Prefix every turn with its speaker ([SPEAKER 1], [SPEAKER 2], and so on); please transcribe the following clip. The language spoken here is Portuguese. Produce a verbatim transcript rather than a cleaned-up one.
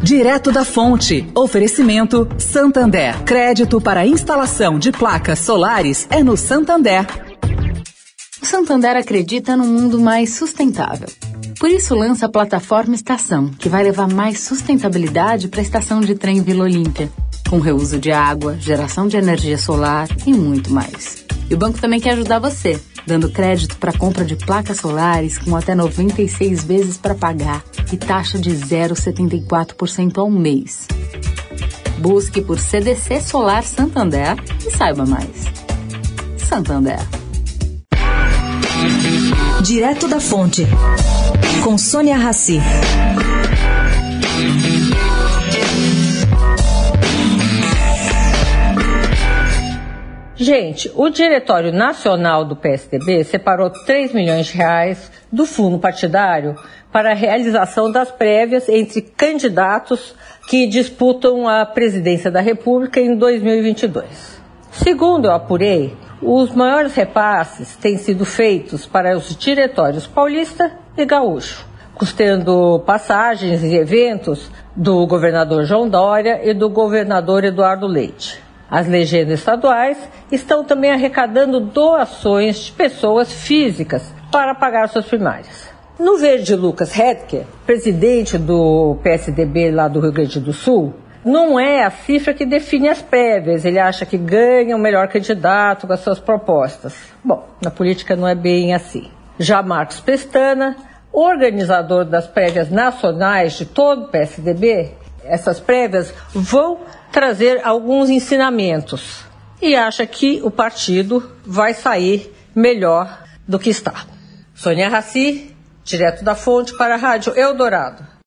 [SPEAKER 1] Direto da Fonte. Oferecimento Santander. Crédito para instalação de placas solares é no Santander.
[SPEAKER 2] O Santander acredita num mundo mais sustentável. Por isso lança a plataforma Estação, que vai levar mais sustentabilidade para a estação de trem Vila Olímpia, com reuso de água, geração de energia solar e muito mais. E o banco também quer ajudar você, dando crédito para compra de placas solares com até noventa e seis vezes para pagar e taxa de zero vírgula setenta e quatro por cento ao mês. Busque por C D C Solar Santander e saiba mais. Santander.
[SPEAKER 3] Direto da Fonte, com Sônia Rassi.
[SPEAKER 4] Gente, o Diretório Nacional do P S D B separou três milhões de reais do fundo partidário para a realização das prévias entre candidatos que disputam a presidência da República em dois mil e vinte e dois. Segundo eu apurei, os maiores repasses têm sido feitos para os diretórios paulista e gaúcho, custeando passagens e eventos do governador João Dória e do governador Eduardo Leite. As legendas estaduais estão também arrecadando doações de pessoas físicas para pagar suas primárias. No ver de Lucas Hedker, presidente do P S D B lá do Rio Grande do Sul, não é a cifra que define as prévias. Ele acha que ganha o melhor candidato com as suas propostas. Bom, na política não é bem assim. Já Marcos Pestana, organizador das prévias nacionais de todo o P S D B, essas prévias vão trazer alguns ensinamentos e acha que o partido vai sair melhor do que está. Sônia Rassi, direto da Fonte para a Rádio Eldorado.